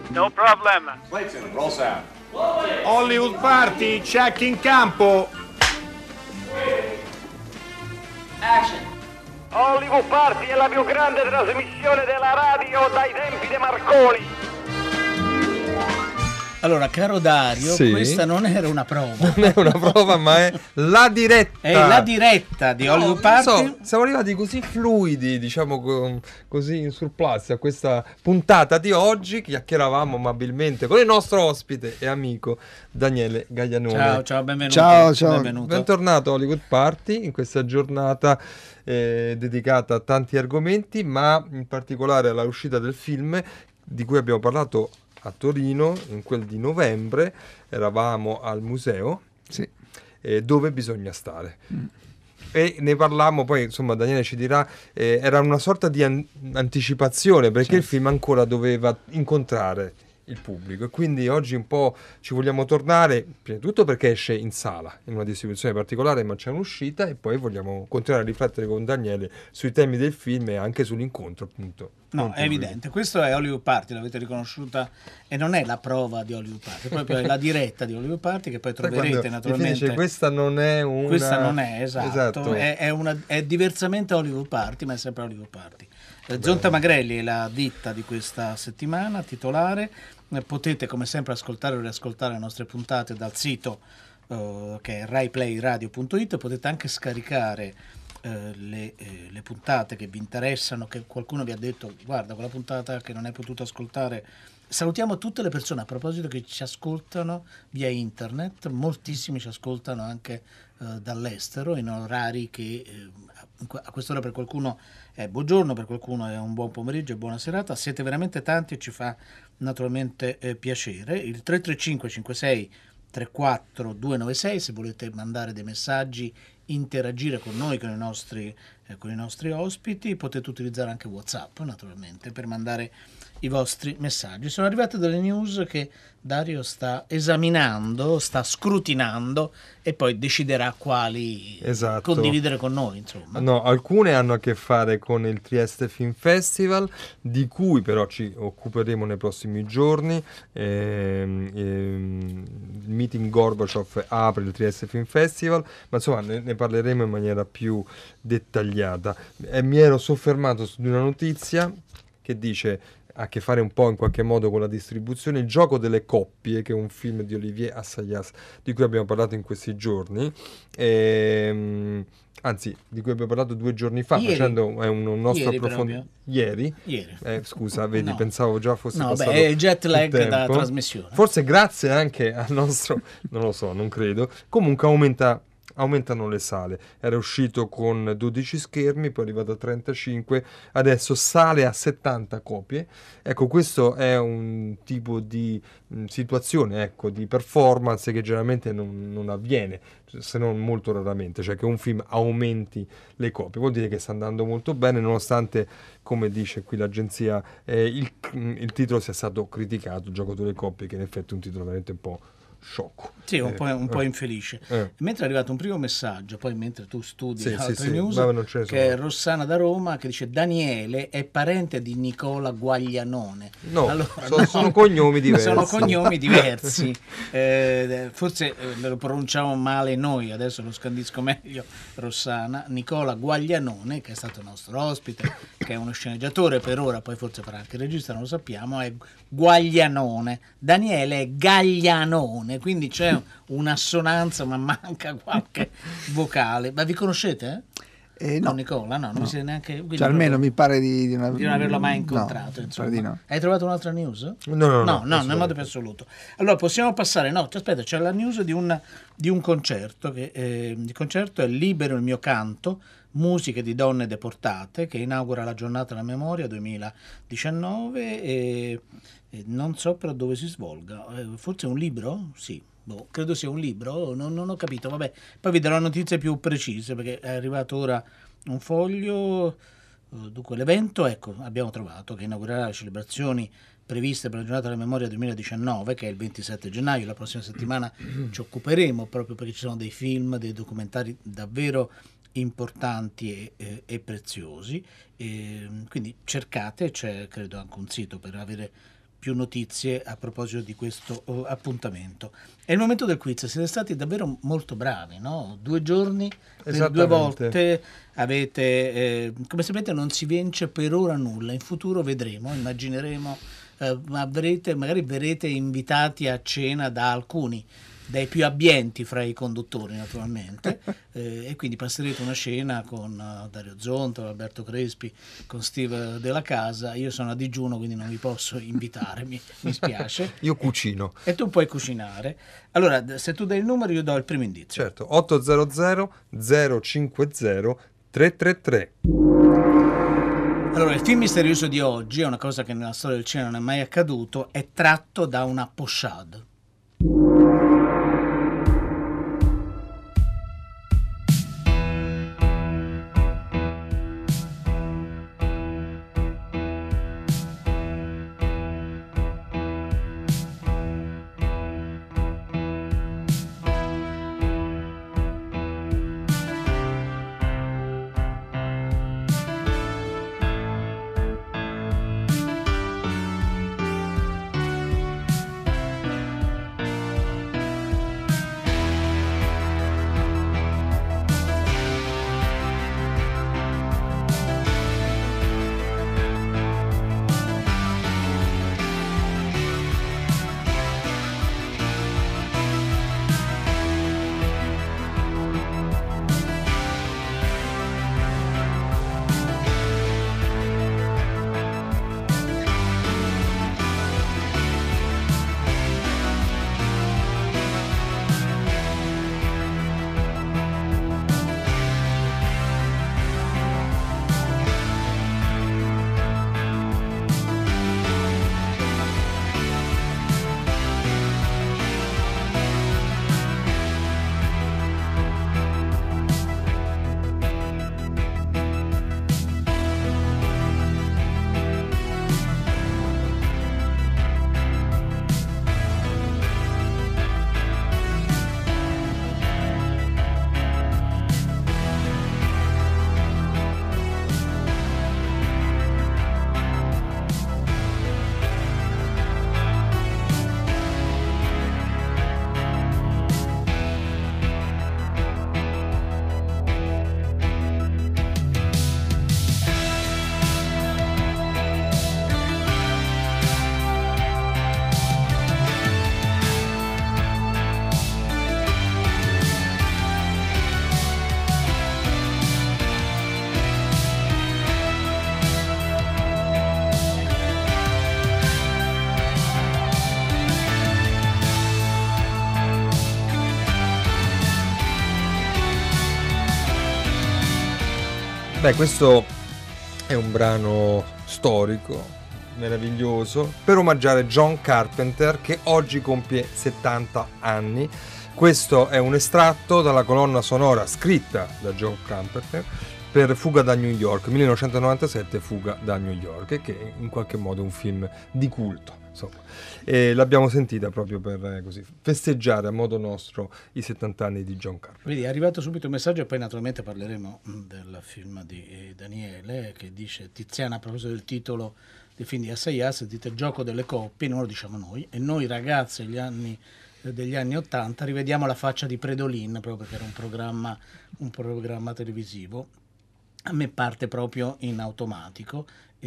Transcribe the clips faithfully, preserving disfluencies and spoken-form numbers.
No problem. Clayton, roll sound. Hollywood Party, check in campo. Action. Hollywood Party è la più grande trasmissione della radio dai tempi di Marconi. Allora, caro Dario, Sì. questa non era una prova. Non è una prova, ma è la diretta. È la diretta di Hollywood No, non Party. so, siamo arrivati così fluidi, diciamo co- così in surplus a questa puntata di oggi. Chiacchieravamo amabilmente con il nostro ospite e amico Daniele Gaglianone. Ciao, ciao, benvenuto. Ciao, ciao. Benvenuto. Bentornato a Hollywood Party in questa giornata eh, dedicata a tanti argomenti, ma in particolare alla uscita del film di cui abbiamo parlato a Torino, in quel di novembre. Eravamo al museo, Sì. eh, dove bisogna stare. Mm. E ne parlammo, poi insomma Daniele ci dirà, eh, era una sorta di an- anticipazione, perché il film ancora doveva incontrare il pubblico, e quindi oggi un po' ci vogliamo tornare, prima di tutto perché esce in sala, in una distribuzione particolare, ma c'è un'uscita, e poi vogliamo continuare a riflettere con Daniele sui temi del film e anche sull'incontro, appunto. No, è evidente, questo è Hollywood Party, l'avete riconosciuta, e non è la prova di Hollywood Party, è proprio la diretta di Hollywood Party, che poi Sai troverete quando naturalmente. ti finisce, questa non è una... Questa non è, esatto, Esatto. È, è, una, è diversamente Hollywood Party, ma è sempre Hollywood Party. Eh, Zonta Magrelli è la ditta di questa settimana, titolare. Eh, potete come sempre ascoltare o riascoltare le nostre puntate dal sito eh, che è rai play radio punto it. Potete anche scaricare eh, le, eh, le puntate che vi interessano, che qualcuno vi ha detto guarda quella puntata che non hai potuto ascoltare. Salutiamo tutte le persone a proposito che ci ascoltano via internet, moltissimi ci ascoltano anche eh, dall'estero in orari che eh, a quest'ora per qualcuno è buongiorno, per qualcuno è un buon pomeriggio e buona serata. Siete veramente tanti e ci fa naturalmente eh, piacere. Il tre tre cinque cinque sei tre quattro due nove sei, se volete mandare dei messaggi, interagire con noi, con i nostri, eh, con i nostri ospiti, potete utilizzare anche WhatsApp naturalmente per mandare i vostri messaggi. Sono arrivate delle news che Dario sta esaminando, sta scrutinando e poi deciderà quali Esatto. condividere con noi, insomma. No, alcune hanno a che fare con il Trieste Film Festival, di cui però ci occuperemo nei prossimi giorni. Ehm, ehm, il meeting Gorbaciov apre il Trieste Film Festival, ma insomma ne, ne parleremo in maniera più dettagliata. E mi ero soffermato su una notizia che dice, ha a che fare un po' in qualche modo con la distribuzione, Il gioco delle coppie, che è un film di Olivier Assayas di cui abbiamo parlato in questi giorni, ehm, anzi di cui abbiamo parlato due giorni fa, Ieri. facendo è un, un nostro Ieri approfondimento ieri. Ieri. Eh, scusa, vedi, No. pensavo già fosse No, passato beh, è jet il lag da tempo. trasmissione. Forse grazie anche al nostro, non lo so, non credo. Comunque aumenta aumentano le sale. Era uscito con dodici schermi, poi è arrivato a trentacinque, adesso sale a settanta copie. Ecco, questo è un tipo di mh, situazione, ecco, di performance che generalmente non, non avviene, se non molto raramente, cioè che un film aumenti le copie. Vuol dire che sta andando molto bene, nonostante, come dice qui l'agenzia, eh, il, il titolo sia stato criticato, Il gioco delle coppie, che in effetti è un titolo veramente un po' sciocco. Sì, un, Eh, po', un po' eh. infelice. Eh. Mentre è arrivato un primo messaggio, poi mentre tu studi Sì, altre sì, sì. news, Vabbè, non ce ne che è sono. Rossana da Roma, che dice Daniele è parente di Nicola Guaglianone. No, sono- sono cognomi diversi. Sono cognomi diversi. Eh, forse eh, lo pronunciamo male noi, adesso lo scandisco meglio. Rossana, Nicola Guaglianone, che è stato nostro ospite, che è uno sceneggiatore per ora, poi forse farà anche il regista, non lo sappiamo, è Guaglianone. Daniele è Gaglianone, quindi c'è un'assonanza ma manca qualche vocale. Ma vi conoscete? Eh? Eh, no, no, Nicola, no, non no. mi siete neanche... quindi Cioè, almeno proprio mi pare di, di, una- di non averlo mai no, incontrato, mi insomma. pare di no. Hai trovato un'altra news? No, no, no, no, no, nel assolutamente. modo più assoluto. Allora possiamo passare, no, aspetta, c'è la news di un, di un concerto, che eh, il concerto è Libero il mio canto, musiche di donne deportate, che inaugura la giornata della memoria duemiladiciannove e, e non so però dove si svolga. Eh, forse è un libro? Sì. Boh, credo sia un libro, non, non ho capito, vabbè, poi vi darò notizie più precise perché è arrivato ora un foglio. Uh, dunque l'evento, ecco, abbiamo trovato che inaugurerà le celebrazioni previste per la giornata della memoria duemiladiciannove, che è il ventisette gennaio. La prossima settimana ci occuperemo proprio perché ci sono dei film, dei documentari davvero importanti e, e, e preziosi, e, quindi cercate, c'è credo anche un sito per avere più notizie a proposito di questo uh, appuntamento. È il momento del quiz, siete stati davvero molto bravi, no? Due giorni, per due volte avete, eh, come sapete non si vince per ora nulla, in futuro vedremo, immagineremo, eh, avrete, magari verrete invitati a cena da alcuni, dai più abbienti fra i conduttori naturalmente, eh, e quindi passerete una cena con uh, Dario Zonta, Alberto Crespi, con Steve Della Casa. Io sono a digiuno quindi non vi posso invitare, mi, mi spiace. Io cucino. E tu puoi cucinare. Allora, se tu dai il numero io do il primo indizio. Certo, otto zero zero zero cinque zero tre tre tre. Allora, il film misterioso di oggi è una cosa che nella storia del cinema non è mai accaduto, è tratto da una pochade. Beh, questo è un brano storico, meraviglioso, per omaggiare John Carpenter che oggi compie settanta anni. Questo è un estratto dalla colonna sonora scritta da John Carpenter per Fuga da New York, millenovecentonovantasette, Fuga da New York, che in qualche modo è un film di culto, insomma. E l'abbiamo sentita proprio per eh, così festeggiare a modo nostro i settanta anni di John Carpenter. Vedi, è arrivato subito un messaggio e poi naturalmente parleremo del film di eh, Daniele che dice: Tiziana, a proposito del titolo del film di Assayas, dite Gioco delle coppie, non lo diciamo noi, e noi ragazzi degli anni eh, degli anni ottanta rivediamo la faccia di Predolin, proprio perché era un programma un programma televisivo. A me parte proprio in automatico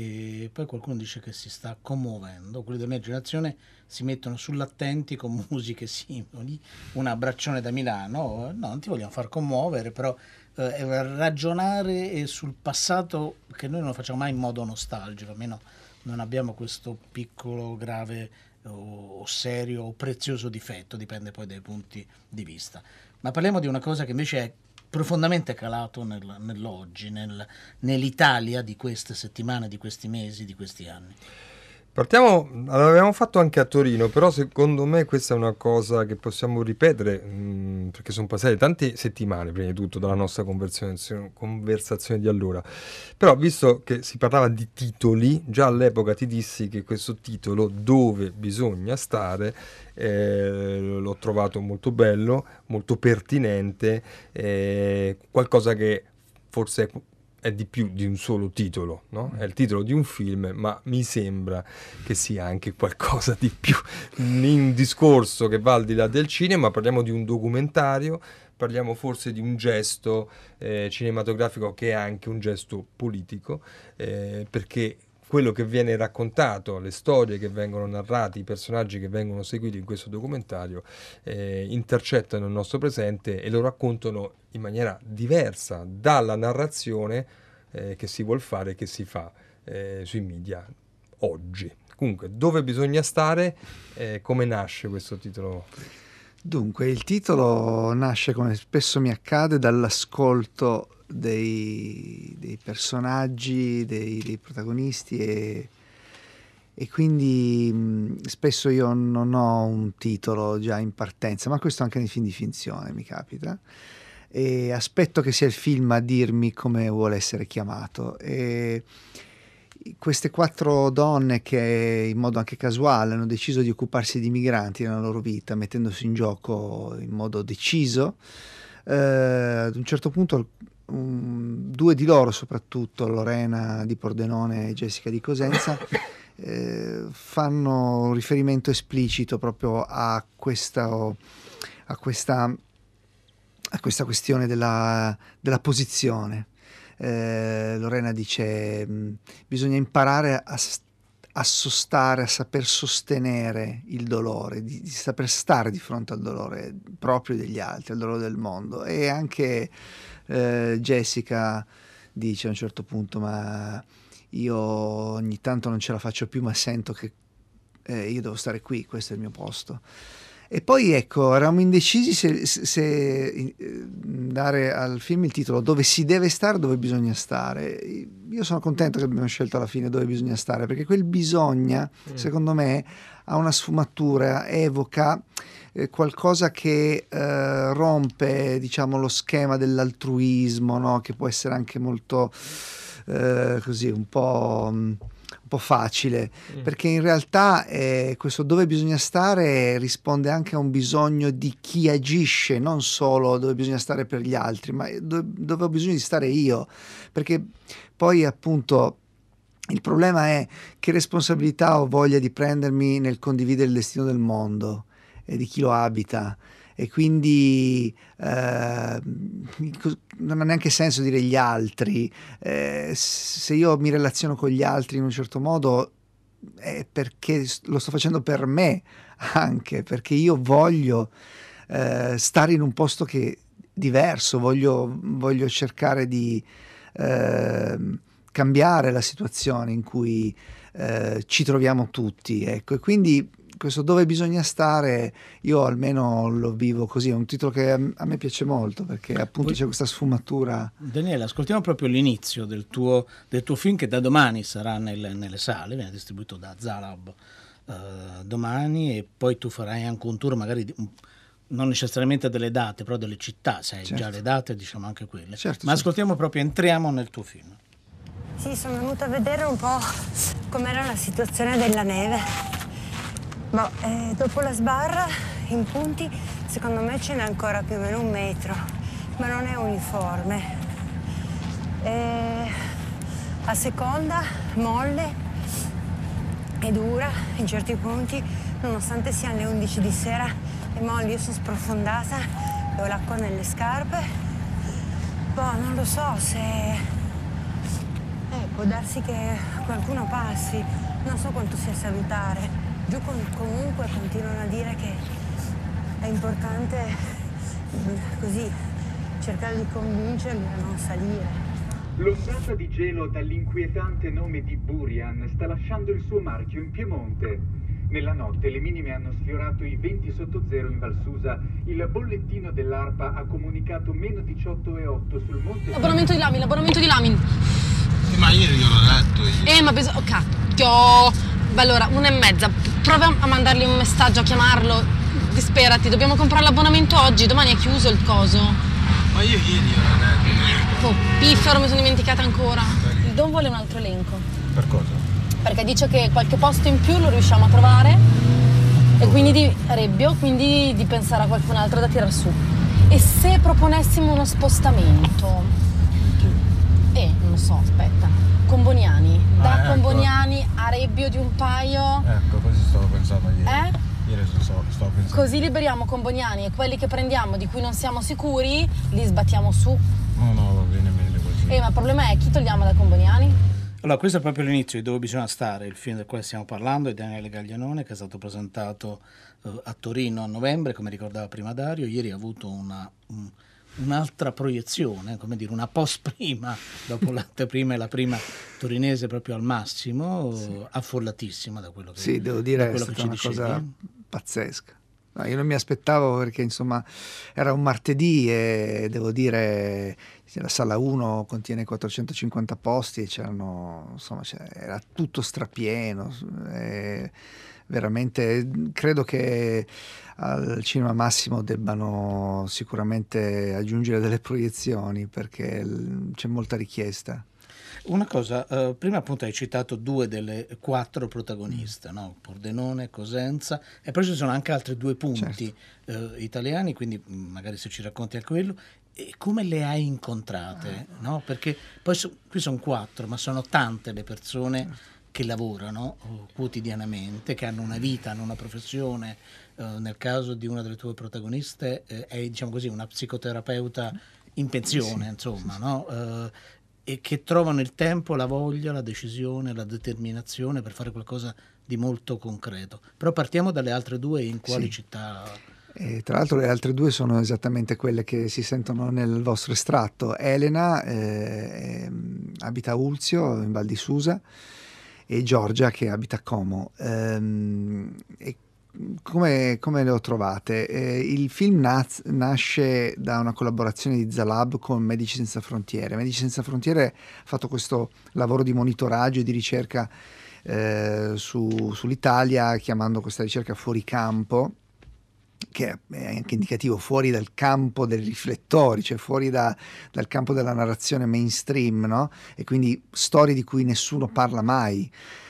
e poi qualcuno dice che si sta commuovendo, quelli della mia generazione si mettono sull'attenti con musiche simili, un abbraccione da Milano, no, non ti vogliamo far commuovere, però eh, ragionare sul passato che noi non lo facciamo mai in modo nostalgico, almeno non abbiamo questo piccolo, grave o, o serio o prezioso difetto, dipende poi dai punti di vista. Ma parliamo di una cosa che invece è profondamente calato nel, nell'oggi, nel, nell'Italia di queste settimane, di questi mesi, di questi anni. Partiamo, l'avevamo fatto anche a Torino, però secondo me questa è una cosa che possiamo ripetere, mh, perché sono passate tante settimane prima di tutto dalla nostra conversazione, conversazione di allora. Però visto che si parlava di titoli, già all'epoca ti dissi che questo titolo, Dove bisogna stare, eh, l'ho trovato molto bello, molto pertinente, eh, qualcosa che forse è di più di un solo titolo, no? È il titolo di un film, ma mi sembra che sia anche qualcosa di più, in un discorso che va al di là del cinema. Parliamo di un documentario, parliamo forse di un gesto eh, cinematografico che è anche un gesto politico, eh, perché quello che viene raccontato, le storie che vengono narrate, i personaggi che vengono seguiti in questo documentario eh, intercettano il nostro presente e lo raccontano in maniera diversa dalla narrazione eh, che si vuol fare, che si fa eh, sui media oggi. Comunque, dove bisogna stare? Eh, come nasce questo titolo? Dunque, il titolo nasce, come spesso mi accade, dall'ascolto dei, dei personaggi, dei, dei protagonisti e, e quindi mh, spesso io non ho un titolo già in partenza, ma questo anche nei film di finzione mi capita, e aspetto che sia il film a dirmi come vuole essere chiamato. E queste quattro donne che in modo anche casuale hanno deciso di occuparsi di migranti nella loro vita, mettendosi in gioco in modo deciso, eh, ad un certo punto um, due di loro, soprattutto Lorena di Pordenone e Jessica di Cosenza, eh, fanno un riferimento esplicito proprio a questa, a questa, a questa questione della, della posizione. Eh, Lorena dice mh, bisogna imparare a, a sostare, a saper sostenere il dolore, di, di saper stare di fronte al dolore proprio degli altri, al dolore del mondo. E anche eh, Jessica dice a un certo punto: ma io ogni tanto non ce la faccio più, ma sento che eh, io devo stare qui, questo è il mio posto. E poi ecco, eravamo indecisi se, se dare al film il titolo Dove si deve stare, dove bisogna stare. Io sono contento che abbiamo scelto alla fine Dove bisogna stare, perché quel bisogna, mm. secondo me, ha una sfumatura, evoca eh, qualcosa che eh, rompe, diciamo, lo schema dell'altruismo, no? Che può essere anche molto eh, così, un po'... un po' facile, mm. perché in realtà eh, questo dove bisogna stare risponde anche a un bisogno di chi agisce, non solo dove bisogna stare per gli altri, ma dove, dove ho bisogno di stare io, perché poi appunto il problema è che responsabilità ho voglia di prendermi nel condividere il destino del mondo e di chi lo abita. E quindi eh, non ha neanche senso dire gli altri. Eh, se io mi relaziono con gli altri in un certo modo è perché lo sto facendo per me, anche perché io voglio eh, stare in un posto che diverso, voglio, voglio cercare di eh, cambiare la situazione in cui eh, ci troviamo tutti, ecco. E quindi questo dove bisogna stare, io almeno lo vivo così, è un titolo che a, a me piace molto, perché appunto Poi, c'è questa sfumatura. Daniele, ascoltiamo proprio l'inizio del tuo, del tuo film, che da domani sarà nel, nelle sale, viene distribuito da Zalab uh, domani, e poi tu farai anche un tour magari di, non necessariamente delle date, però delle città, sai, certo. Già le date, diciamo anche quelle. Certo, Ma certo. ascoltiamo proprio, entriamo nel tuo film. Sì, sono venuta a vedere un po' com'era la situazione della neve. Boh, eh, dopo la sbarra, in punti, secondo me ce n'è ancora più o meno un metro, ma non è uniforme. E a seconda, molle e dura in certi punti, nonostante siano le undici di sera e molle. Io sono sprofondata e ho l'acqua nelle scarpe. Boh, non lo so se... Eh, può darsi che qualcuno passi, non so quanto sia salutare. Giù comunque continuano a dire che è importante così cercare di convincerli a non salire. L'ondata di gelo dall'inquietante nome di Burian sta lasciando il suo marchio in Piemonte. Nella notte le minime hanno sfiorato i venti sotto zero in Val Susa. Il bollettino dell'ARPA ha comunicato meno diciotto virgola otto sul monte... L'abbonamento di Lamin, l'abbonamento di Lamin. Eh, ma ieri gliel'ho detto io. Eh, ma penso... Oh, cacchio! Beh, allora, una e mezza. Prova a mandargli un messaggio, a chiamarlo. Disperati, dobbiamo comprare l'abbonamento oggi, domani è chiuso il coso. Ma io ieri gliel'ho detto. Oh, piffero, mi sono dimenticata ancora. Il Don vuole un altro elenco. Per cosa? Perché dice che qualche posto in più lo riusciamo a trovare. E quindi di Rebbio, quindi di pensare a qualcun altro da tirar su. E se proponessimo uno spostamento? Eh, non lo so, aspetta, Comboniani, da Ah, ecco. Comboniani a Rebbio di un paio, Ecco, così stavo pensando ieri. eh? Ieri stavo, stavo pensando. Così liberiamo Comboniani e quelli che prendiamo di cui non siamo sicuri li sbattiamo su. No, no, va bene meglio così. Eh, ma il problema è chi togliamo da Comboniani? Allora, questo è proprio l'inizio di Dove bisogna stare, il film del quale stiamo parlando, è Daniele Gaglianone, che è stato presentato eh, a Torino a novembre, come ricordava prima Dario. Ieri ha avuto una, un- un'altra proiezione, come dire, una post prima, dopo l'anteprima e la prima torinese proprio al massimo, affollatissima da quello che, Sì, devo da dire è quello stata che ci una dicevi. cosa pazzesca. No, io non mi aspettavo perché insomma era un martedì e devo dire la sala uno contiene quattrocentocinquanta posti e c'erano, insomma, c'era- era tutto strapieno. E veramente credo che al Cinema Massimo debbano sicuramente aggiungere delle proiezioni perché l- c'è molta richiesta. Una cosa, eh, prima appunto hai citato due delle quattro protagoniste, no? Pordenone, Cosenza, e poi ci sono anche altri due punti eh, italiani, quindi mh, magari se ci racconti anche quello, e come le hai incontrate, no? Perché poi so- qui sono quattro, ma sono tante le persone che lavorano oh, quotidianamente, che hanno una vita, hanno una professione. Eh, nel caso di una delle tue protagoniste eh, è, diciamo così, una psicoterapeuta in pensione, insomma, no? Eh, e che trovano il tempo, la voglia, la decisione, la determinazione per fare qualcosa di molto concreto. Però partiamo dalle altre due, in quali Sì. città? E tra l'altro le altre due sono esattamente quelle che si sentono nel vostro estratto. Elena eh, ehm, abita a Ulzio, in Val di Susa, e Giorgia che abita a Como. Ehm, e come, come le ho trovate? Eh, il film naz- nasce da una collaborazione di Zalab con Medici Senza Frontiere. Medici Senza Frontiere ha fatto questo lavoro di monitoraggio e di ricerca eh, su- sull'Italia, chiamando questa ricerca fuori campo, che è anche indicativo, fuori dal campo dei riflettori, cioè fuori da- dal campo della narrazione mainstream, no? E quindi storie di cui nessuno parla mai.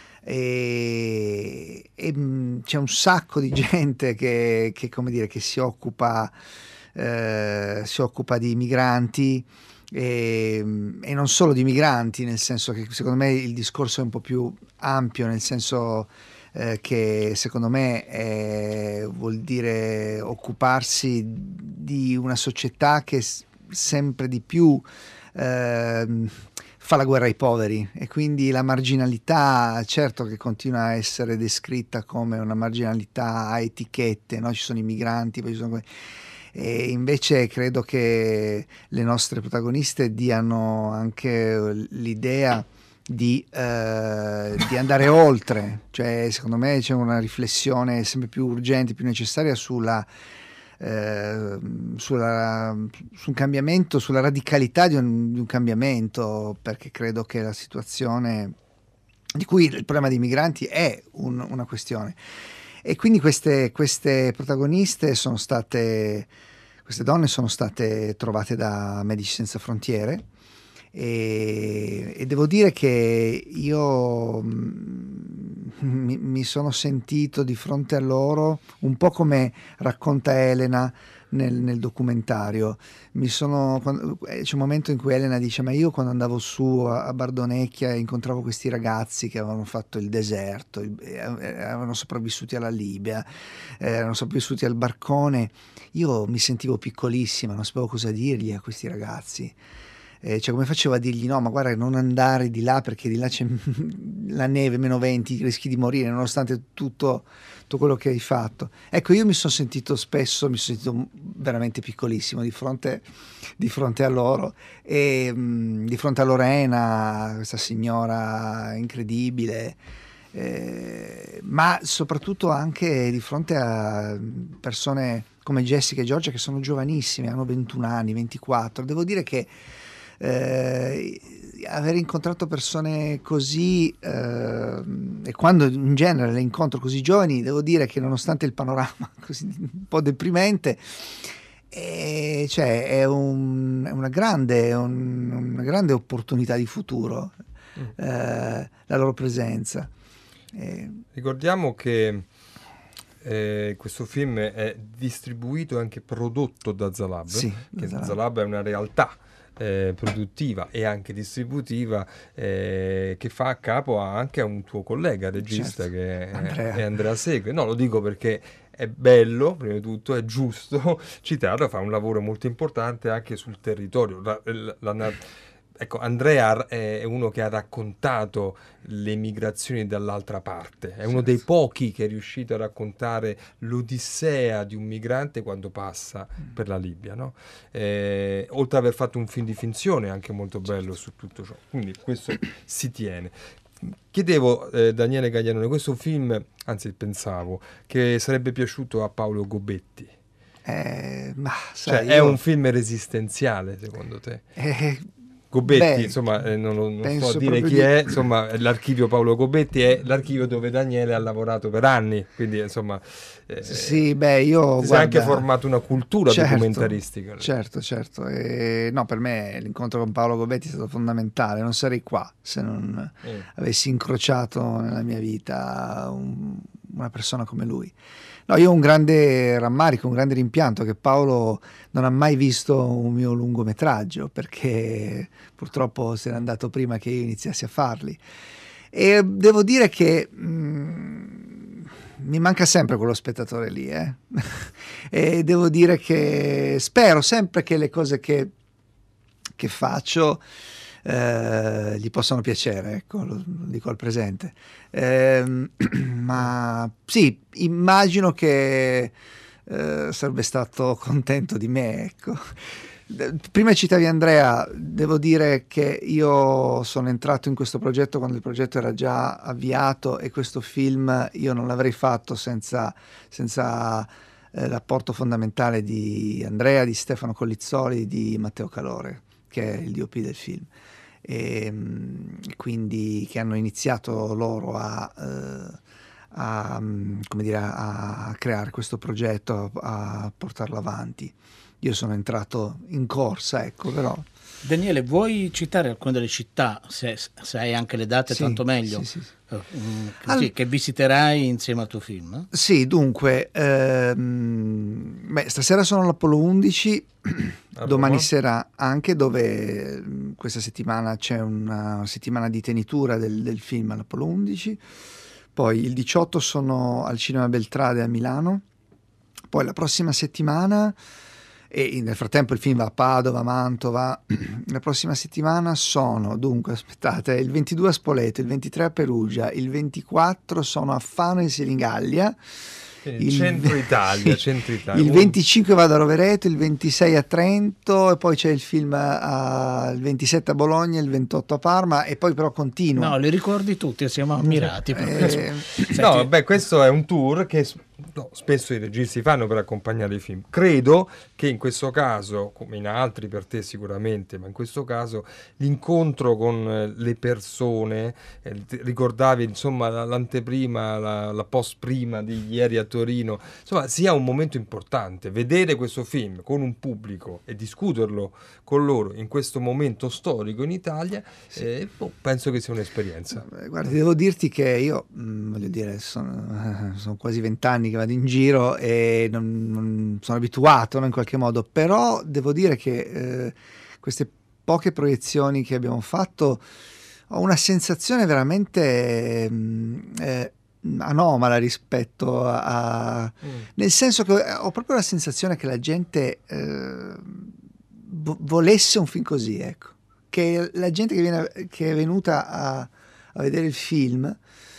E, e, mh, c'è un sacco di gente che, che, come dire, che si occupa, eh, si occupa di migranti e, e non solo di migranti, nel senso che secondo me il discorso è un po' più ampio, nel senso eh, che secondo me è- vuol dire occuparsi di una società che s- sempre di più ehm, fa la guerra ai poveri e quindi la marginalità, certo che continua a essere descritta come una marginalità a etichette, no? Ci sono i migranti, poi ci sono que- e invece credo che le nostre protagoniste diano anche l'idea di, eh, di andare oltre, cioè secondo me c'è una riflessione sempre più urgente, più necessaria sulla, eh, sulla, su un cambiamento, sulla radicalità di un, di un cambiamento, perché credo che la situazione di cui il problema dei migranti è un- una questione. E quindi queste, queste protagoniste sono state, queste donne sono state trovate da Medici Senza Frontiere e, e devo dire che io mm, mi, mi sono sentito di fronte a loro un po' come racconta Elena nel, nel documentario. Mi sono, quando- eh, c'è un momento in cui Elena dice: ma io quando andavo su a, a Bardonecchia incontravo questi ragazzi che avevano fatto il deserto, il- eh, erano sopravvissuti alla Libia, eh, erano sopravvissuti al barcone. Io mi sentivo piccolissima, non sapevo cosa dirgli a questi ragazzi. Eh, cioè, come facevo a dirgli: no, ma guarda, non andare di là perché di là c'è la neve, meno venti, rischi di morire nonostante tutto, tutto quello che hai fatto. Ecco, io mi sono sentito spesso, mi sono sentito veramente piccolissimo di fronte, di fronte a loro e mh, di fronte a Lorena, questa signora incredibile, eh, ma soprattutto anche di fronte a persone come Jessica e Giorgia che sono giovanissime, hanno ventuno anni, ventiquattro. Devo dire che eh, aver incontrato persone così eh, e quando in genere le incontro così giovani, devo dire che nonostante il panorama così un po' deprimente, eh, cioè è, un- è una grande, un- una grande opportunità di futuro, eh, la loro presenza. Eh, Ricordiamo che eh, questo film è distribuito e anche prodotto da Zalab, Sì, che da Zalab. Zalab è una realtà eh, produttiva e anche distributiva eh, che fa a capo anche a un tuo collega regista, certo, che è Andrea. è Andrea Segre. No, lo dico perché è bello, prima di tutto, è giusto citarlo, fa un lavoro molto importante anche sul territorio. La, la, la, ecco, Andrea è uno che ha raccontato le migrazioni dall'altra parte, è uno dei pochi che è riuscito a raccontare l'odissea di un migrante quando passa per la Libia, no? Eh, oltre ad aver fatto un film di finzione anche molto bello su tutto ciò, quindi questo si tiene. Chiedevo, eh, Daniele Gaglianone, questo film, anzi pensavo, che sarebbe piaciuto a Paolo Gobetti. Eh, ma sai, Cioè, è io- un film resistenziale, secondo te? Eh, Gobetti, beh, insomma, eh, non, non sto penso a dire proprio chi di- è, insomma, l'archivio Paolo Gobetti è l'archivio dove Daniele ha lavorato per anni, quindi insomma... eh, Sì, beh, io ti sei anche guarda, formato una cultura certo, documentaristica. Certo, certo. E, no, per me l'incontro con Paolo Gobetti è stato fondamentale. Non sarei qua se non Mm. avessi incrociato nella mia vita un- una persona come lui. No, io ho un grande rammarico, un grande rimpianto che Paolo non ha mai visto un mio lungometraggio, perché purtroppo se n'è andato prima che io iniziassi a farli. E devo dire che mm, mi manca sempre quello spettatore lì, eh? E devo dire che spero sempre che le cose che, che faccio eh, gli possano piacere, ecco, lo, lo dico al presente. Ehm, ma sì, immagino che eh, sarebbe stato contento di me, ecco. D- Prima citavi Andrea, devo dire che io sono entrato in questo progetto quando il progetto era già avviato, e questo film io non l'avrei fatto senza, senza eh, l'apporto fondamentale di Andrea, di Stefano Collizzoli, di Matteo Calore, che è il D O P del film. E, mh, quindi che hanno iniziato loro a, eh, a, mh, come dire, a, a creare questo progetto, a, a portarlo avanti. Io sono entrato in corsa, ecco, però... Daniele, vuoi citare alcune delle città, se, se hai anche le date, Sì, tanto meglio, sì, sì, sì. eh, mm, Al- così, che visiterai insieme al tuo film? eh? Sì, dunque, ehm, beh, stasera sono all'Apollo undici, A domani Roma? sera anche, dove mh, questa settimana c'è una settimana di tenitura del, del film all'Apollo undici, poi il diciotto sono al Cinema Beltrade a Milano, poi la prossima settimana, e nel frattempo il film va a Padova, Mantova, la prossima settimana sono, dunque, aspettate, il ventidue a Spoleto, il ventitré a Perugia, il ventiquattro sono a Fano e Senigallia, Quindi il- centro Italia, sì, centro Italia. il Un- venticinque vado a Rovereto, il ventisei a Trento, e poi c'è il film a- il ventisette a Bologna, il ventotto a Parma, e poi però continua. No, li ricordi tutti e siamo ammirati. per Eh, questo. Senti, No, beh, questo è un tour che s- no, spesso i registi fanno per accompagnare i film. Credo che in questo caso, come in altri per te sicuramente, ma in questo caso l'incontro con eh, le persone, eh, ti- ricordavi insomma la- l'anteprima, la, la post prima di ieri a Torino, insomma sia un momento importante. Vedere questo film con un pubblico e discuterlo con loro in questo momento storico in Italia, eh, boh, penso che sia un'esperienza. Eh, Guardi, devo dirti che io, mh, voglio dire, sono, sono quasi vent'anni che vado in giro e non, non sono abituato, no, in qualche modo, però devo dire che eh, queste poche proiezioni che abbiamo fatto, ho una sensazione veramente mh, eh, anomala rispetto a... a- nel senso che ho proprio la sensazione che la gente eh, vo- volesse un film così, ecco. Che la gente che, viene, che è venuta a, a vedere il film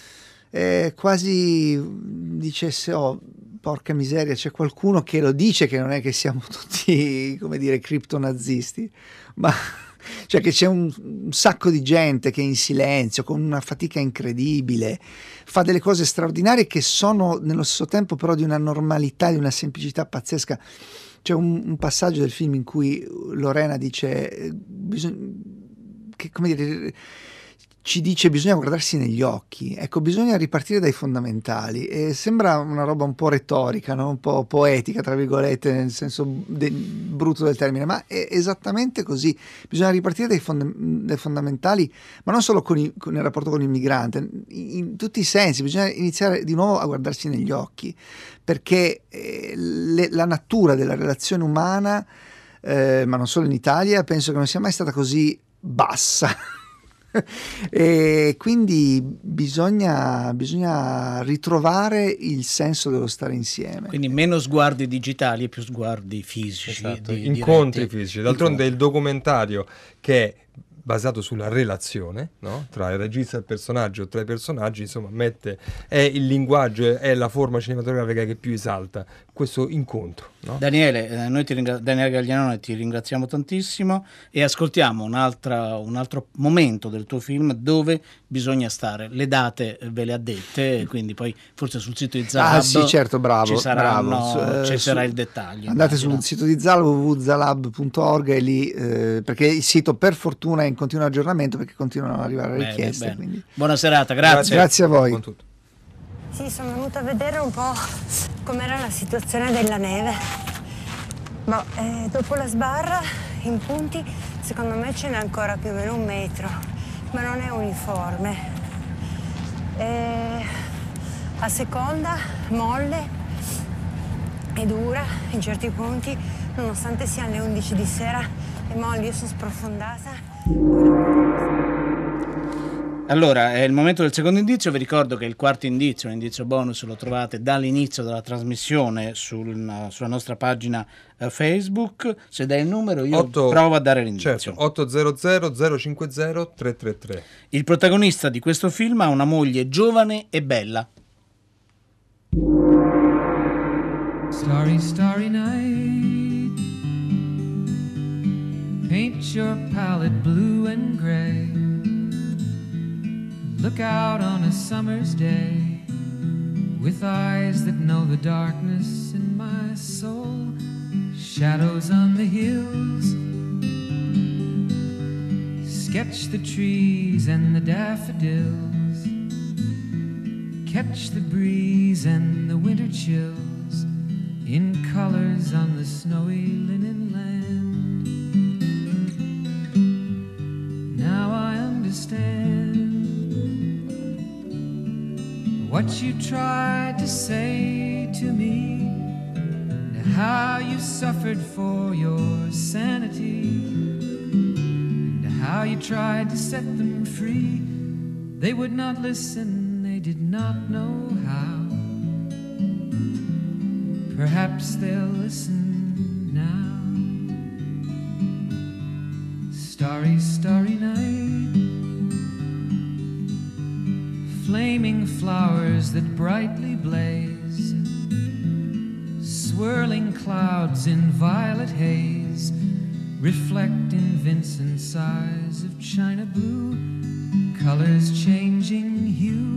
eh, quasi dicesse: oh, porca miseria, c'è qualcuno che lo dice, che non è che siamo tutti, come dire, criptonazisti, ma cioè che c'è un, un sacco di gente che in silenzio, con una fatica incredibile, fa delle cose straordinarie che sono nello stesso tempo però di una normalità, di una semplicità pazzesca. C'è un, un passaggio del film in cui Lorena dice, eh, bisog- che, come dire, ci dice bisogna guardarsi negli occhi, ecco, bisogna ripartire dai fondamentali, e sembra una roba un po' retorica, no? Un po' poetica, tra virgolette, nel senso de- brutto del termine, ma è esattamente così. Bisogna ripartire dai, fonda- dai fondamentali, ma non solo con i- con il rapporto con il migrante, in, in tutti i sensi. Bisogna iniziare di nuovo a guardarsi negli occhi, perché eh, le- la natura della relazione umana eh, ma non solo in Italia, penso che non sia mai stata così bassa. E quindi bisogna, bisogna ritrovare il senso dello stare insieme. Quindi meno sguardi digitali e più sguardi fisici, Esatto, di- incontri diretti. fisici. D'altronde Incontri. il documentario, che è basato sulla relazione, no? Tra il regista e il personaggio, tra i personaggi, insomma, mette, è il linguaggio, è la forma cinematografica che più esalta questo incontro, no? Daniele, eh, noi ti ringra- Daniele Gaglianone ti ringraziamo tantissimo e ascoltiamo un'altra, un altro momento del tuo film dove bisogna stare. Le date eh, ve le ha dette, quindi poi forse sul sito di Zalab Ah sì, certo, bravo, ci saranno, bravo. ci Eh, sarà su- il dettaglio. Andate immagino. sul sito di Zalab, w w w punto zalab punto org, e lì, eh, perché il sito per fortuna è in continuo aggiornamento, perché continuano ad arrivare Bene, richieste. bene. Quindi. Buona serata, grazie. Grazie a voi. Buon tutto. Sì, sono venuta a vedere un po' com'era la situazione della neve. Ma eh, dopo la sbarra, in punti, secondo me ce n'è ancora più o meno un metro, ma non è uniforme. E a seconda, molle, è dura in certi punti, nonostante siano le undici di sera e molli, io sono sprofondata. Allora, è il momento del secondo indizio. Vi ricordo che il quarto indizio, un indizio bonus, lo trovate dall'inizio della trasmissione sul- sulla nostra pagina eh, Facebook. Se dai il numero io Otto- provo a dare l'indizio. Certo, otto zero zero zero cinque zero tre tre tre. Il protagonista di questo film ha una moglie giovane e bella. Starry, starry night. Paint your palette blue and gray. Look out on a summer's day with eyes that know the darkness in my soul. Shadows on the hills. Sketch the trees and the daffodils. Catch the breeze and the winter chills in colors on the snowy linen land. Now I understand what you tried to say to me, and how you suffered for your sanity, and how you tried to set them free. They would not listen, they did not know how. Perhaps they'll listen now. Starry, starry night. Flaming flowers that brightly blaze. Swirling clouds in violet haze. Reflect in Vincent's eyes of china blue. Colors changing hue.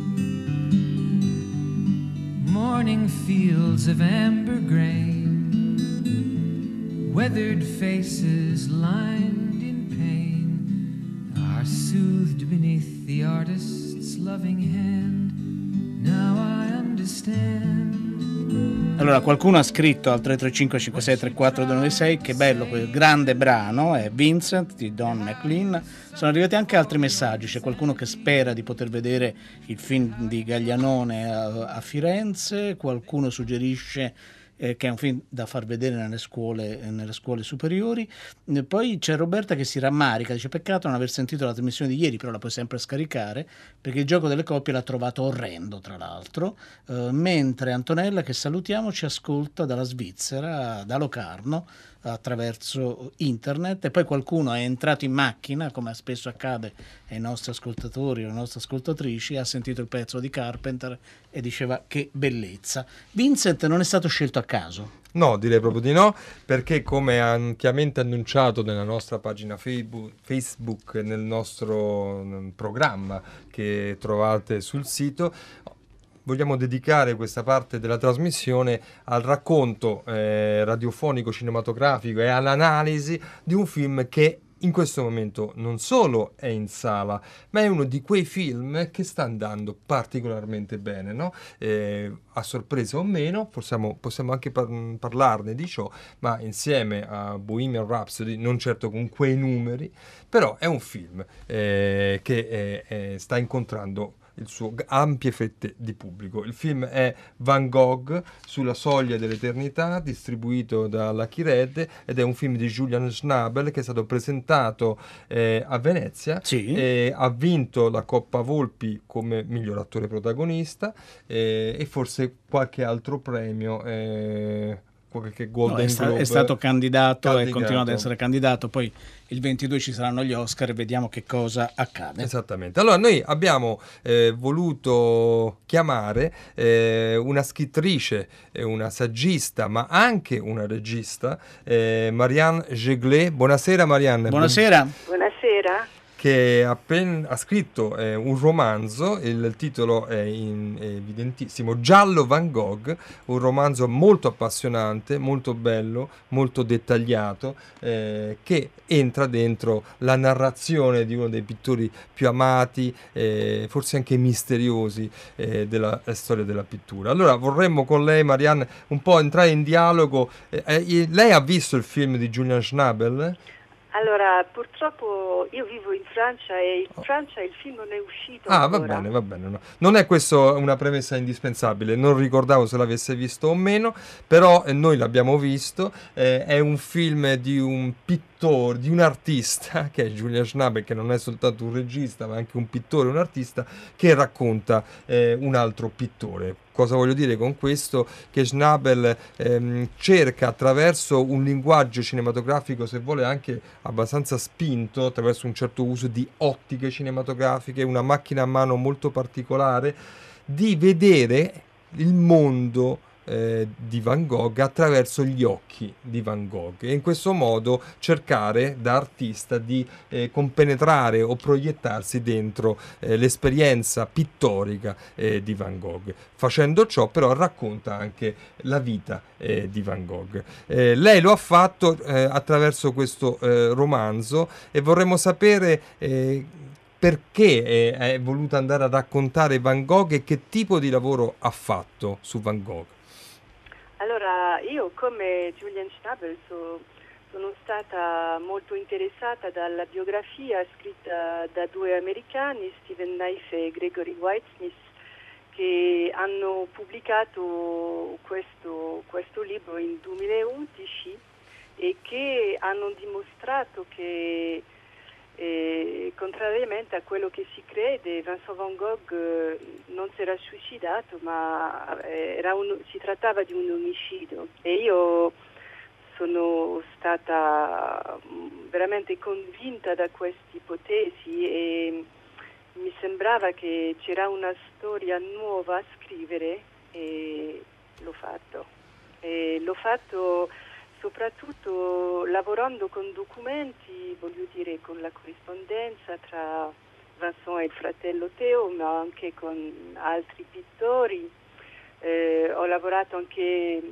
Morning fields of amber grain, weathered faces lined in pain, are soothed beneath the artist's loving hand. Now I understand. Allora, qualcuno ha scritto al tre tre cinque cinque sei tre quattro due nove sei che bello quel grande brano, è Vincent di Don McLean. Sono arrivati anche altri messaggi, c'è qualcuno che spera di poter vedere il film di Gaglianone a, a Firenze, qualcuno suggerisce eh, che è un film da far vedere nelle scuole, nelle scuole superiori. E poi c'è Roberta che si rammarica, dice peccato non aver sentito la trasmissione di ieri, però la puoi sempre scaricare, perché il gioco delle coppie l'ha trovato orrendo, tra l'altro, eh, mentre Antonella, che salutiamo, ci ascolta dalla Svizzera, da Locarno, attraverso internet. E poi qualcuno è entrato in macchina, come spesso accade ai nostri ascoltatori o alle nostre ascoltatrici, ha sentito il pezzo di Carpenter e diceva che bellezza. Vincent non è stato scelto a caso. No, direi proprio di no, perché come ampiamente annunciato nella nostra pagina Facebook, Facebook nel nostro mm, programma che trovate sul sito, vogliamo dedicare questa parte della trasmissione al racconto eh, radiofonico, cinematografico e all'analisi di un film che in questo momento non solo è in sala, ma è uno di quei film che sta andando particolarmente bene, no? Eh, a sorpresa o meno, possiamo, possiamo anche par- parlarne di ciò, ma insieme a Bohemian Rhapsody, non certo con quei numeri, però è un film eh, che eh, eh, sta incontrando il suo ampie fette di pubblico. Il film è Van Gogh sulla soglia dell'eternità, distribuito da Lucky Red, ed è un film di Julian Schnabel che è stato presentato eh, a Venezia, Sì. e ha vinto la Coppa Volpi come miglior attore protagonista eh, e forse qualche altro premio, eh, qualche Golden No, è, sta- Globe. è stato candidato, candidato e continua ad essere candidato. Poi il ventidue ci saranno gli Oscar e vediamo che cosa accade. Esattamente. Allora noi abbiamo eh, voluto chiamare eh, una scrittrice, eh, una saggista, ma anche una regista, eh, Marianne Jeglet. Buonasera Marianne. Buonasera. Buonasera. Che appena ha scritto eh, un romanzo, il titolo è, in, è evidentissimo, Giallo Van Gogh, un romanzo molto appassionante, molto bello, molto dettagliato, eh, che entra dentro la narrazione di uno dei pittori più amati, eh, forse anche misteriosi eh, della storia della pittura. Allora vorremmo con lei, Marianne, un po' entrare in dialogo. Eh, eh, lei ha visto il film di Julian Schnabel? Allora, purtroppo io vivo in Francia e in Francia il film non è uscito Ah, ancora. va bene, va bene. No. Non è questo una premessa indispensabile, non ricordavo se l'avesse visto o meno, però eh, noi l'abbiamo visto. Eh, è un film di un pittore, di un artista, che è Julian Schnabel, che non è soltanto un regista, ma anche un pittore, un artista, che racconta eh, un altro pittore. Cosa voglio dire con questo? Che Schnabel ehm, cerca attraverso un linguaggio cinematografico, se vuole anche abbastanza spinto, attraverso un certo uso di ottiche cinematografiche, una macchina a mano molto particolare, di vedere il mondo eh, di Van Gogh attraverso gli occhi di Van Gogh, e in questo modo cercare da artista di eh, compenetrare o proiettarsi dentro eh, l'esperienza pittorica eh, di Van Gogh. Facendo ciò però racconta anche la vita eh, di Van Gogh. Eh, lei lo ha fatto eh, attraverso questo eh, romanzo, e vorremmo sapere eh, perché è, è voluta andare a raccontare Van Gogh e che tipo di lavoro ha fatto su Van Gogh. Allora, io come Julian Schnabel so, sono stata molto interessata dalla biografia scritta da due americani, Steven Knife e Gregory Whitesmith, che hanno pubblicato questo, questo libro in duemilaundici e che hanno dimostrato che eh, contrariamente a quello che si crede, Vincent Van Gogh eh, non si era suicidato, ma eh, era un, si trattava di un omicidio, e io sono stata veramente convinta da questa ipotesi e mi sembrava che c'era una storia nuova a scrivere, e l'ho fatto. E l'ho fatto soprattutto lavorando con documenti, voglio dire con la corrispondenza tra Vincent e il fratello Teo, ma anche con altri pittori. Eh, ho lavorato anche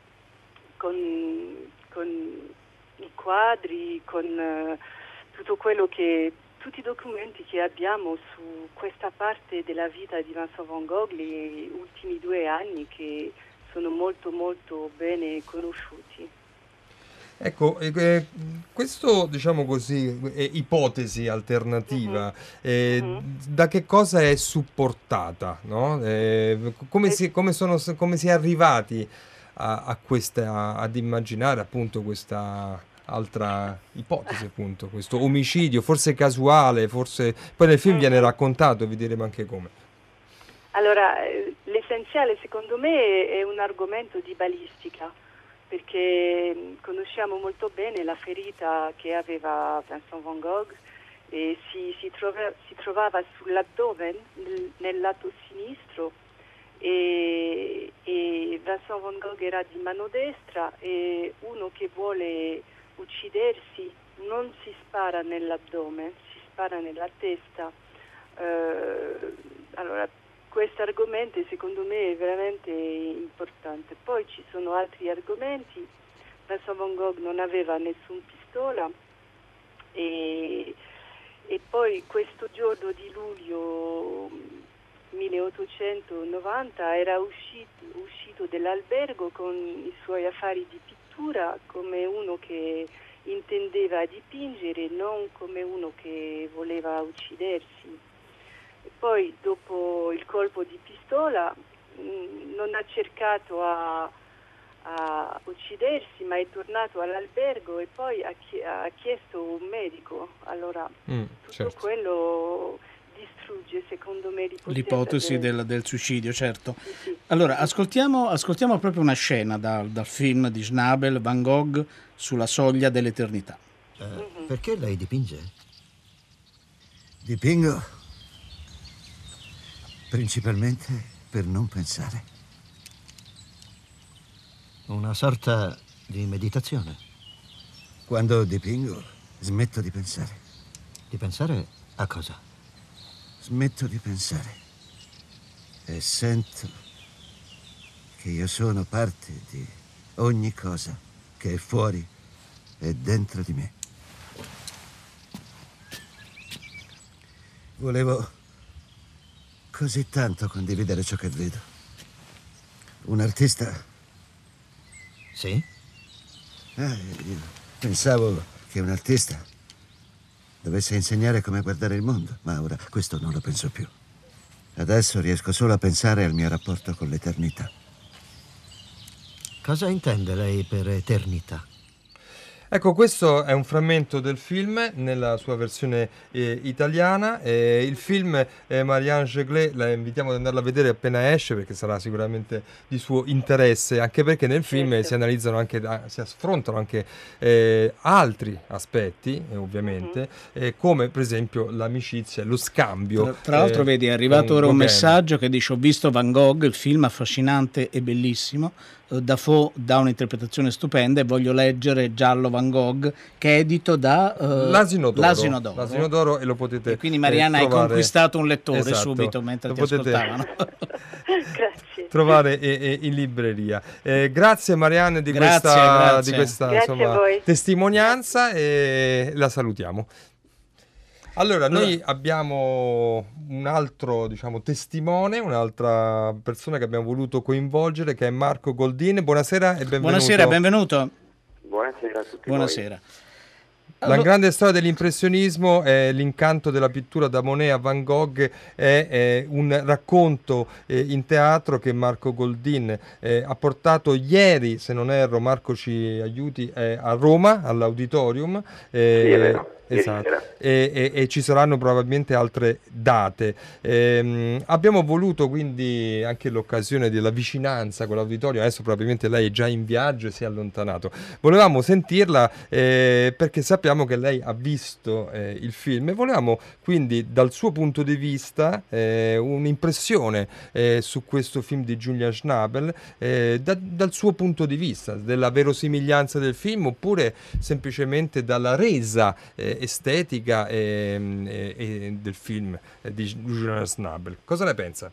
con, con i quadri, con uh, tutto quello che tutti i documenti che abbiamo su questa parte della vita di Vincent Van Gogh negli ultimi due anni, che sono molto molto bene conosciuti. Ecco, eh, questo, diciamo così, è ipotesi alternativa, uh-huh. Eh, uh-huh. da che cosa è supportata? No? Eh, come, si, come, sono, come si è arrivati a, a questa, ad immaginare appunto questa altra ipotesi, appunto, questo omicidio, forse casuale, forse poi nel film uh-huh. viene raccontato, vi diremo anche come. Allora, l'essenziale secondo me è un argomento di balistica, perché conosciamo molto bene la ferita che aveva Vincent Van Gogh, e si, si, trova, si trovava sull'addome, nel, nel lato sinistro, e, e Vincent Van Gogh era di mano destra, e uno che vuole uccidersi non si spara nell'addome, si spara nella testa. Eh, allora, questo argomento secondo me è veramente importante. Poi ci sono altri argomenti. Vincent Van Gogh non aveva nessun pistola, e, e poi questo giorno di luglio milleottocentonovanta era uscito, uscito dall'albergo con i suoi affari di pittura, come uno che intendeva dipingere, non come uno che voleva uccidersi. E poi dopo il colpo di pistola mh, non ha cercato a, a uccidersi, ma è tornato all'albergo e poi ha, chie- ha chiesto un medico. Allora Mm, tutto certo. quello distrugge secondo me l'ipotesi, L'ipotesi del- del, del suicidio, certo. Sì, sì. Allora, ascoltiamo, ascoltiamo proprio una scena dal, dal film di Schnabel, Van Gogh, Sulla soglia dell'eternità. Eh, perché lei dipinge? Dipingo principalmente per non pensare. Una sorta di meditazione. Quando dipingo, smetto di pensare. Di pensare a cosa? Smetto di pensare e sento che io sono parte di ogni cosa che è fuori e dentro di me. Volevo così tanto condividere ciò che vedo. Un artista? Sì? Ah, io pensavo che un artista dovesse insegnare come guardare il mondo, ma ora questo non lo penso più. Adesso riesco solo a pensare al mio rapporto con l'eternità. Cosa intende lei per eternità? Ecco, questo è un frammento del film nella sua versione eh, italiana. Eh, il film eh, Marianne Jeglet la invitiamo ad andarla a vedere appena esce, perché sarà sicuramente di suo interesse, anche perché nel film Certo. si analizzano anche, si affrontano anche eh, altri aspetti, eh, ovviamente, eh, come per esempio l'amicizia, lo scambio. Tra, tra l'altro, eh, vedi, è arrivato con ora un Gauguin. messaggio che dice: ho visto Van Gogh, il film affascinante e bellissimo. eh, Dafoe dà un'interpretazione stupenda e voglio leggere Giallo Van Gogh, che è edito da eh, L'Asino d'Oro. L'Asino d'Oro. L'Asino d'Oro, e lo potete E quindi Marianna eh, hai trovare- conquistato un lettore Esatto. subito mentre Lo ti potete ascoltavano. Grazie. trovare eh, eh, in libreria. Eh, grazie Marianne di Grazie, questa, grazie. di questa Grazie insomma, a voi. testimonianza, e la salutiamo. Allora, noi abbiamo un altro, diciamo, testimone, un'altra persona che abbiamo voluto coinvolgere, che è Marco Goldin. Buonasera e benvenuto. Buonasera, benvenuto. Buonasera a tutti Buonasera. La grande storia dell'impressionismo, è l'incanto della pittura da Monet a Van Gogh, è, è un racconto eh, in teatro che Marco Goldin eh, ha portato ieri, se non erro, Marco ci aiuti, eh, a Roma, all'Auditorium. eh, Sì, è vero. Ieri Esatto, sera. e, e- e ci saranno probabilmente altre date. Ehm, abbiamo voluto quindi anche l'occasione della vicinanza con l'Auditorio. Adesso probabilmente lei è già in viaggio e si è allontanato. Volevamo sentirla eh, perché sappiamo che lei ha visto eh, il film, e volevamo quindi dal suo punto di vista eh, un'impressione eh, su questo film di Julia Schnabel, eh, da- dal suo punto di vista, della verosimiglianza del film, oppure semplicemente dalla resa eh, estetica e, e- e del film eh, di Julia Schnabel. Cosa ne pensa?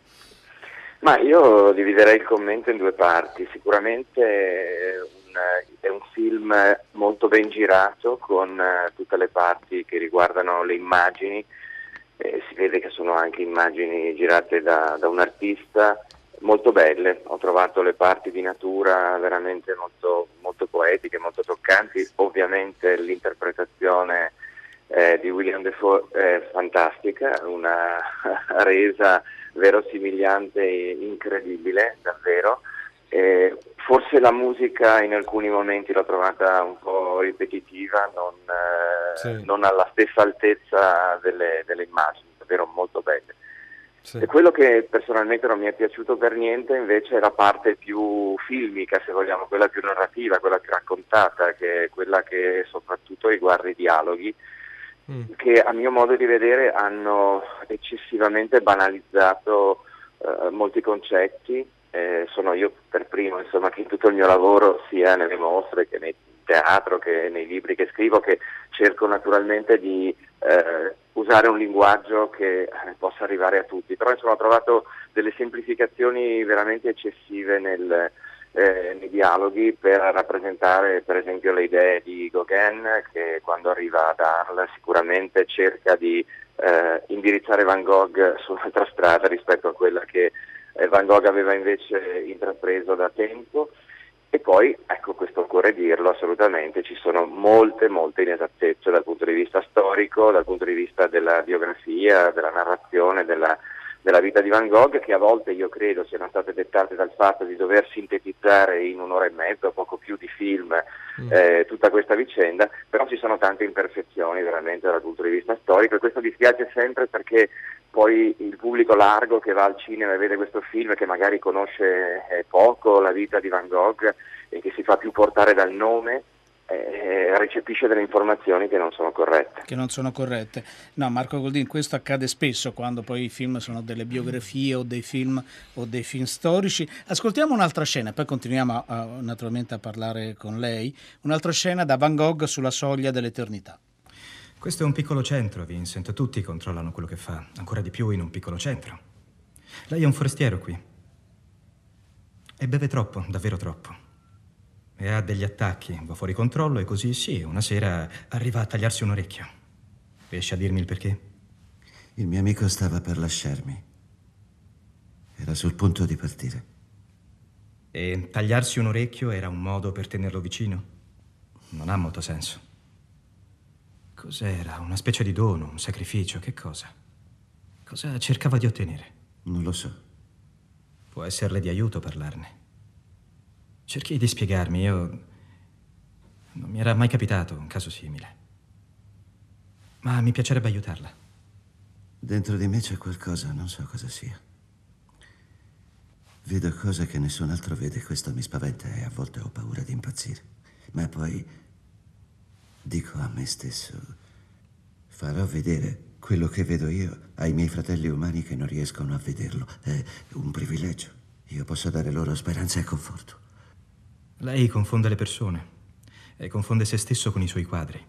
Ma io dividerei il commento in due parti. Sicuramente è un, è un film molto ben girato, con eh, tutte le parti che riguardano le immagini. Eh, si vede che sono anche immagini girate da, da un artista, molto belle. Ho trovato le parti di natura veramente molto, molto poetiche, molto toccanti. Ovviamente l'interpretazione eh, di William Dafoe è fantastica, una resa verosimigliante e incredibile, davvero. Eh, forse la musica in alcuni momenti l'ho trovata un po' ripetitiva, non, eh, Sì. non alla stessa altezza delle, delle immagini, davvero molto belle. Sì. E quello che personalmente non mi è piaciuto per niente invece è la parte più filmica, se vogliamo, quella più narrativa, quella più raccontata, che è quella che soprattutto riguarda i dialoghi, Mm. che a mio modo di vedere hanno eccessivamente banalizzato eh, molti concetti. Eh, sono io per primo, insomma, che in tutto il mio lavoro, sia nelle mostre che nel teatro che nei libri che scrivo, che cerco naturalmente di eh, usare un linguaggio che eh, possa arrivare a tutti, però insomma ho trovato delle semplificazioni veramente eccessive nel Eh, nei dialoghi per rappresentare per esempio le idee di Gauguin, che quando arriva ad Arles sicuramente cerca di eh, indirizzare Van Gogh su un'altra strada rispetto a quella che eh, Van Gogh aveva invece intrapreso da tempo. E poi, ecco, questo occorre dirlo, assolutamente assolutamente ci sono molte, molte inesattezze dal punto di vista storico, dal punto di vista della biografia, della narrazione, della, della vita di Van Gogh, che a volte io credo siano state dettate dal fatto di dover sintetizzare in un'ora e mezza o poco più di film mm. eh, tutta questa vicenda, però ci sono tante imperfezioni veramente dal punto di vista storico, e questo dispiace sempre, perché poi il pubblico largo che va al cinema e vede questo film, che magari conosce eh, poco la vita di Van Gogh e che si fa più portare dal nome, eh, recepisce delle informazioni che non sono corrette. Che non sono corrette. No, Marco Goldin, questo accade spesso quando poi i film sono delle biografie o dei film o dei film storici. Ascoltiamo un'altra scena, poi continuiamo a, a, naturalmente a parlare con lei. Un'altra scena da Van Gogh sulla soglia dell'eternità. Questo è un piccolo centro, Vincent. Tutti controllano quello che fa, ancora di più in un piccolo centro. Lei è un forestiero qui. E beve troppo, davvero troppo. E ha degli attacchi, va fuori controllo e così sì, una sera arriva a tagliarsi un orecchio. Riesce a dirmi il perché? Il mio amico stava per lasciarmi. Era sul punto di partire. E tagliarsi un orecchio era un modo per tenerlo vicino? Non ha molto senso. Cos'era? Una specie di dono, un sacrificio, che cosa? Cosa cercava di ottenere? Non lo so. Può esserle di aiuto parlarne. Cerchi di spiegarmi, io... non mi era mai capitato un caso simile. Ma mi piacerebbe aiutarla. Dentro di me c'è qualcosa, non so cosa sia. Vedo cose che nessun altro vede, questo mi spaventa e a volte ho paura di impazzire. Ma poi dico a me stesso, farò vedere quello che vedo io ai miei fratelli umani che non riescono a vederlo. È un privilegio. Io posso dare loro speranza e conforto. Lei confonde le persone e confonde se stesso con i suoi quadri.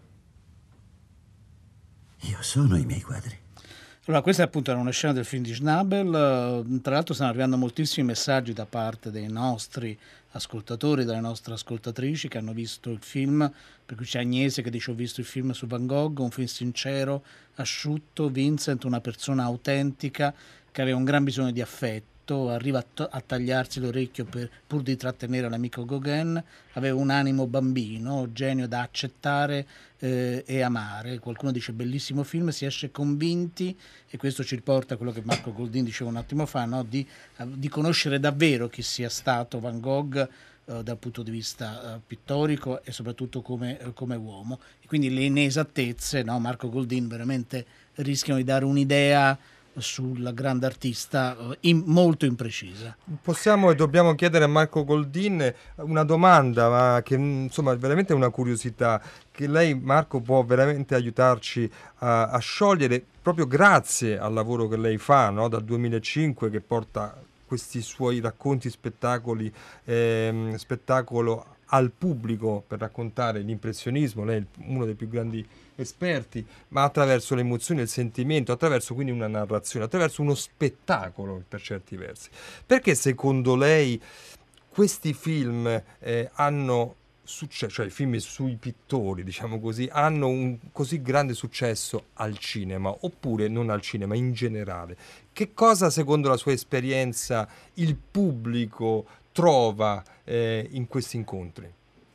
Io sono i miei quadri. Allora, questa appunto era una scena del film di Schnabel. Tra l'altro stanno arrivando moltissimi messaggi da parte dei nostri ascoltatori, dalle nostre ascoltatrici che hanno visto il film, per cui c'è Agnese che dice: ho visto il film su Van Gogh, un film sincero, asciutto, Vincent una persona autentica che aveva un gran bisogno di affetto, arriva a, t- a tagliarsi l'orecchio per, pur di trattenere l'amico Gauguin, aveva un animo bambino, genio da accettare eh, e amare. Qualcuno dice bellissimo film, si esce convinti, e questo ci riporta a quello che Marco Goldin diceva un attimo fa, no? di, di conoscere davvero chi sia stato Van Gogh eh, dal punto di vista eh, pittorico e soprattutto come, eh, come uomo. E quindi le inesattezze, no? Marco Goldin veramente rischiano di dare un'idea sul grande artista in, molto imprecisa. Possiamo e dobbiamo chiedere a Marco Goldin una domanda, ma che insomma è veramente una curiosità, che lei, Marco, può veramente aiutarci a, a sciogliere, proprio grazie al lavoro che lei fa, no? Dal duemilacinque, che porta questi suoi racconti, spettacoli, ehm, spettacolo al pubblico per raccontare l'impressionismo. Lei è uno dei più grandi esperti, ma attraverso le emozioni e il sentimento, attraverso quindi una narrazione, attraverso uno spettacolo per certi versi. Perché secondo lei questi film eh, hanno successo, cioè i film sui pittori, diciamo così, hanno un così grande successo al cinema, oppure non al cinema, in generale? Che cosa, secondo la sua esperienza, il pubblico trova eh, in questi incontri?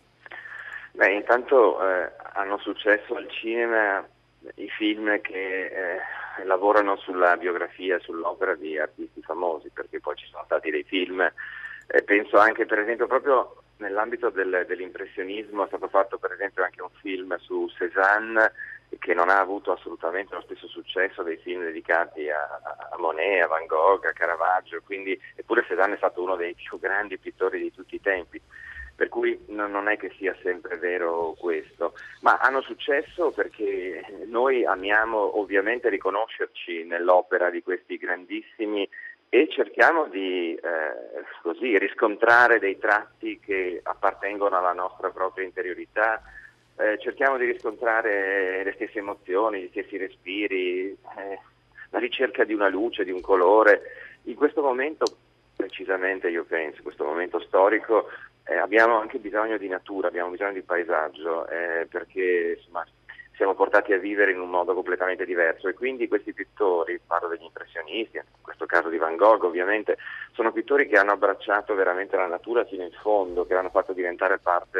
Beh, intanto eh, hanno successo al cinema i film che eh, lavorano sulla biografia, sull'opera di artisti famosi, perché poi ci sono stati dei film, eh, penso anche per esempio proprio nell'ambito del, dell'impressionismo è stato fatto per esempio anche un film su Cézanne che non ha avuto assolutamente lo stesso successo dei film dedicati a, a Monet, a Van Gogh, a Caravaggio, quindi eppure Cézanne è stato uno dei più grandi pittori di tutti i tempi. Per cui non è che sia sempre vero questo, ma hanno successo perché noi amiamo ovviamente riconoscerci nell'opera di questi grandissimi e cerchiamo di eh, così riscontrare dei tratti che appartengono alla nostra propria interiorità, eh, cerchiamo di riscontrare le stesse emozioni, gli stessi respiri, eh, la ricerca di una luce, di un colore. In questo momento, precisamente io penso, in questo momento storico, Eh, abbiamo anche bisogno di natura, abbiamo bisogno di paesaggio, eh, perché insomma, siamo portati a vivere in un modo completamente diverso e quindi questi pittori, parlo degli impressionisti, in questo caso di Van Gogh ovviamente, sono pittori che hanno abbracciato veramente la natura fino in fondo, che l'hanno fatto diventare parte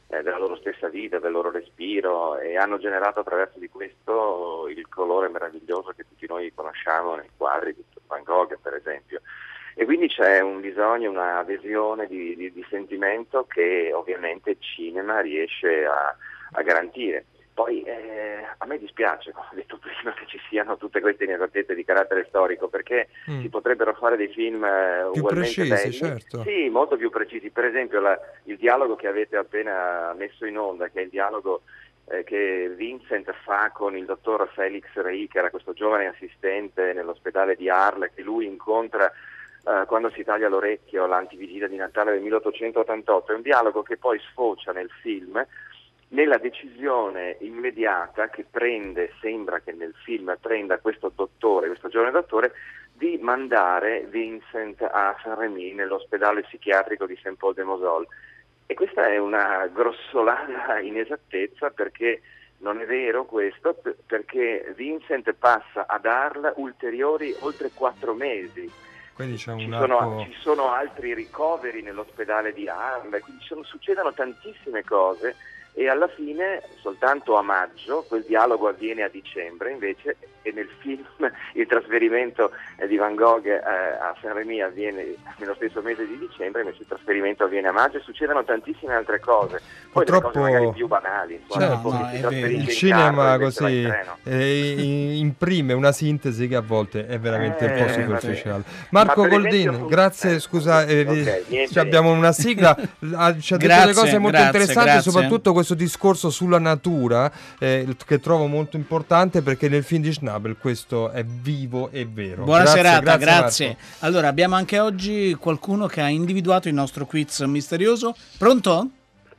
eh, della loro stessa vita, del loro respiro, e hanno generato attraverso di questo il colore meraviglioso che tutti noi conosciamo nei quadri di Van Gogh, per esempio. E quindi c'è un bisogno, una adesione di, di, di sentimento che ovviamente il cinema riesce a, a garantire. Poi eh, a me dispiace, come ho detto prima, che ci siano tutte queste inesattezze di carattere storico, perché Mm. si potrebbero fare dei film eh, Più ugualmente precisi, belli. certo. Sì, molto più precisi. Per esempio la- il dialogo che avete appena messo in onda, che è il dialogo eh, che Vincent fa con il dottor Felix Rey, che era questo giovane assistente nell'ospedale di Arles, che lui incontra eh, quando si taglia l'orecchio all'antivigilia di Natale del milleottocentottantotto. È un dialogo che poi sfocia nel film nella decisione immediata che prende, sembra che nel film prenda questo dottore, questo giovane dottore, di mandare Vincent a Saint-Rémy, nell'ospedale psichiatrico di Saint-Paul-de-Moselle. E questa è una grossolana inesattezza, perché non è vero questo, p- perché Vincent passa ad Arles ulteriori oltre quattro mesi. Quindi c'è Ci un sono, arco... ci sono altri ricoveri nell'ospedale di Arles, quindi sono- succedono tantissime cose, e alla fine soltanto a maggio, quel dialogo avviene a dicembre invece, e nel film il trasferimento eh, di Van Gogh eh, a Saint-Rémy avviene nello stesso mese di dicembre, invece il trasferimento avviene a maggio, e succedono tantissime altre cose, poi delle Purtroppo- cose magari più banali, insomma, Certo, tipo che si trasferisce il in cinema carro, invece va in così treno. eh, i- imprime una sintesi che a volte è veramente un po' Eh, superficiale. vabbè. Marco Ma per Goldin, esempio- grazie, scusa, eh, ok, niente. ci abbiamo una sigla, ha- ci ha detto Grazie, delle cose molto grazie, interessanti, grazie. soprattutto questo discorso sulla natura eh, che trovo molto importante, perché nel film di Schnabel questo è vivo e vero. Buona Grazie, serata, grazie, grazie. Marco. Allora, abbiamo anche oggi qualcuno che ha individuato il nostro quiz misterioso. Pronto?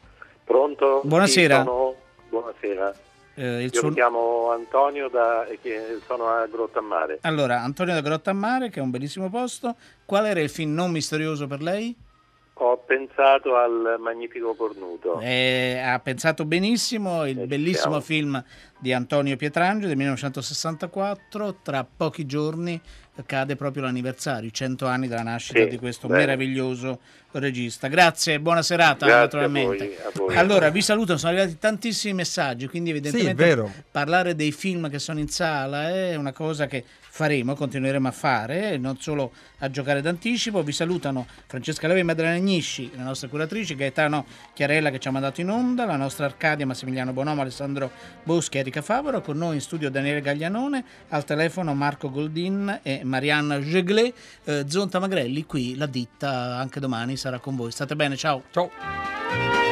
Pronto? Buonasera. Sì, sono- Buonasera. Eh, il Io suo- mi chiamo Antonio da... e che sono a Grottammare. Allora, Antonio da Grottammare, che è un bellissimo posto. Qual era il film non misterioso per lei? Ho pensato al Magnifico Cornuto. Eh, ha pensato benissimo, il bellissimo siamo. film di Antonio Pietrangelo del millenovecentosessantaquattro. Tra pochi giorni cade proprio l'anniversario, i cento anni dalla nascita Sì, di questo bene. meraviglioso regista. Grazie e buona serata. Grazie naturalmente. a voi, a voi. Allora, vi saluto, sono arrivati tantissimi messaggi, quindi evidentemente Sì, vero. parlare dei film che sono in sala è una cosa che faremo, continueremo a fare, non solo a giocare d'anticipo. Vi salutano Francesca Levi e Maddalena Agnisci, le nostre curatrici, Gaetano Chiarella che ci ha mandato in onda, la nostra Arcadia, Massimiliano Bonomo, Alessandro Boschi, Erika Favaro, con noi in studio Daniele Gaglianone, al telefono Marco Goldin e Marianne Jeglet. eh, Zonta Magrelli qui, la ditta anche domani sarà con voi. State bene, ciao. Ciao.